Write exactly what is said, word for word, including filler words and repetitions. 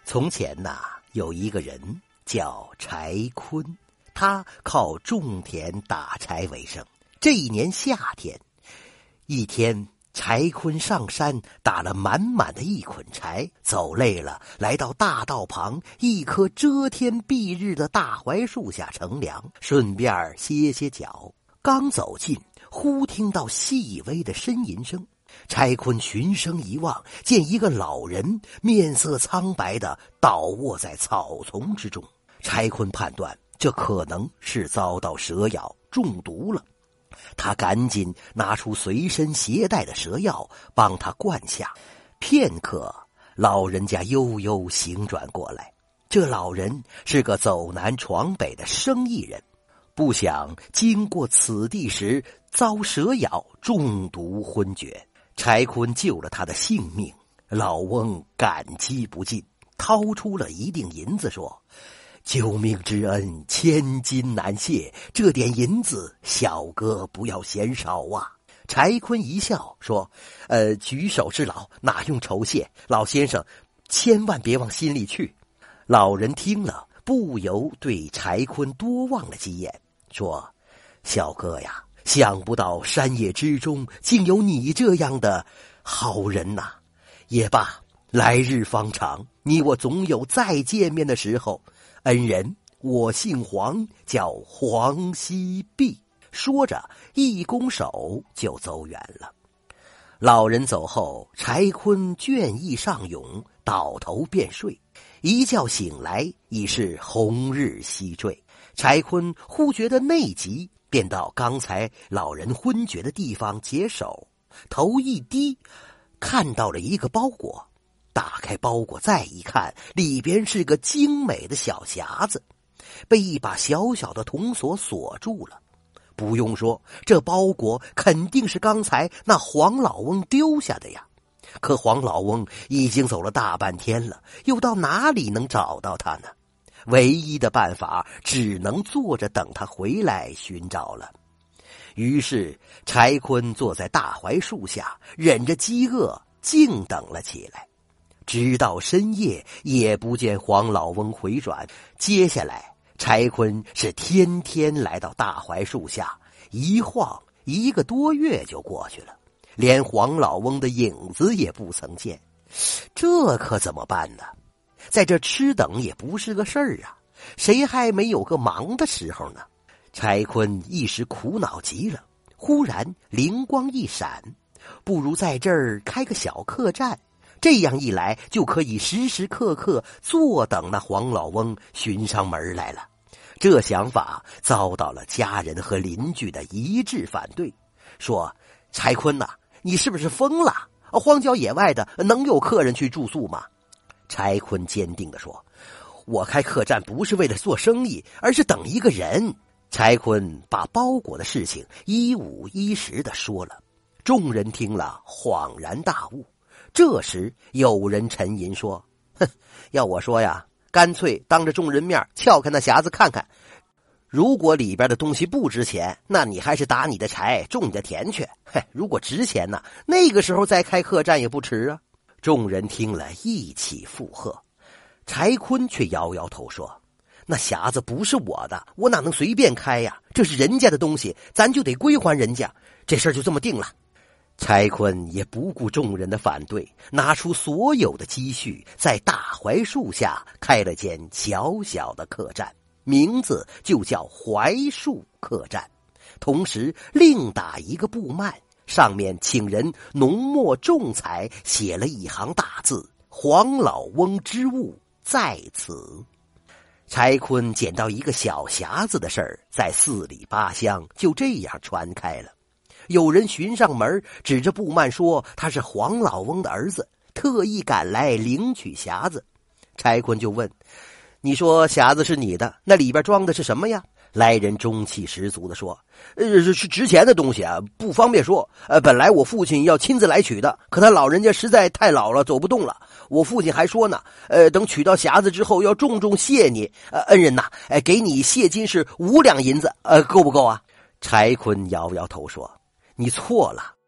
从前呐，有一个人叫柴坤，他靠种田打柴为生。这一年夏天，一天柴坤上山打了满满的一捆柴，走累了，来到大道旁一棵遮天蔽日的大槐树下乘凉，顺便歇歇脚。刚走近，忽听到细微的呻吟声。柴坤循声一望，见一个老人面色苍白地倒卧在草丛之中。柴坤判断这可能是遭到蛇咬中毒了，他赶紧拿出随身携带的蛇药帮他灌下。片刻，老人家悠悠醒转过来。这老人是个走南闯北的生意人，不想经过此地时遭蛇咬中毒昏厥。柴坤救了他的性命，老翁感激不尽，掏出了一锭银子说：救命之恩千金难谢，这点银子小哥不要嫌少啊。柴坤一笑说：呃，举手之劳哪用酬谢，老先生千万别往心里去。老人听了不由对柴坤多望了几眼，说：小哥呀，想不到山野之中竟有你这样的好人呐、啊！也罢，来日方长，你我总有再见面的时候。恩人，我姓黄，叫黄希弼。说着一拱手就走远了。老人走后，柴坤倦意上涌，倒头便睡。一觉醒来已是红日西坠。柴坤忽觉得内急，便到刚才老人昏厥的地方解手，头一低，看到了一个包裹。打开包裹再一看，里边是个精美的小匣子，被一把小小的铜锁锁住了。不用说，这包裹肯定是刚才那黄老翁丢下的呀。可黄老翁已经走了大半天了，又到哪里能找到他呢？唯一的办法只能坐着等他回来寻找了。于是柴坤坐在大槐树下，忍着饥饿静等了起来。直到深夜也不见黄老翁回转。接下来柴坤是天天来到大槐树下，一晃一个多月就过去了，连黄老翁的影子也不曾见。这可怎么办呢？在这吃等也不是个事儿啊，谁还没有个忙的时候呢？柴坤一时苦恼极了，忽然灵光一闪，不如在这儿开个小客栈，这样一来就可以时时刻刻坐等那黄老翁寻上门来了。这想法遭到了家人和邻居的一致反对，说：柴坤呐、啊，你是不是疯了？荒郊野外的能有客人去住宿吗？柴坤坚定地说：我开客栈不是为了做生意，而是等一个人。柴坤把包裹的事情一五一十地说了。众人听了恍然大悟。这时有人沉吟说：哼，要我说呀，干脆当着众人面撬开那匣子看看，如果里边的东西不值钱，那你还是打你的柴种你的田去。嘿，如果值钱呢，那个时候再开客栈也不迟啊。众人听了一起附和。柴坤却摇摇头说：那匣子不是我的，我哪能随便开呀？这是人家的东西，咱就得归还人家，这事儿就这么定了。柴坤也不顾众人的反对，拿出所有的积蓄，在大槐树下开了间小小的客栈，名字就叫槐树客栈。同时另打一个布幔，上面请人浓墨重彩写了一行大字：黄老翁之物在此。柴坤捡到一个小匣子的事儿，在四里八乡就这样传开了。有人寻上门，指着布幔说他是黄老翁的儿子，特意赶来领取匣子。柴坤就问：你说匣子是你的，那里边装的是什么呀？来人中气十足地说：呃，是值钱的东西啊，不方便说。呃，本来我父亲要亲自来取的，可他老人家实在太老了，走不动了。我父亲还说呢，呃，等取到匣子之后要重重谢你，呃，恩人呐，呃，给你谢金是五两银子，呃，够不够啊？柴坤摇摇头说：你错了，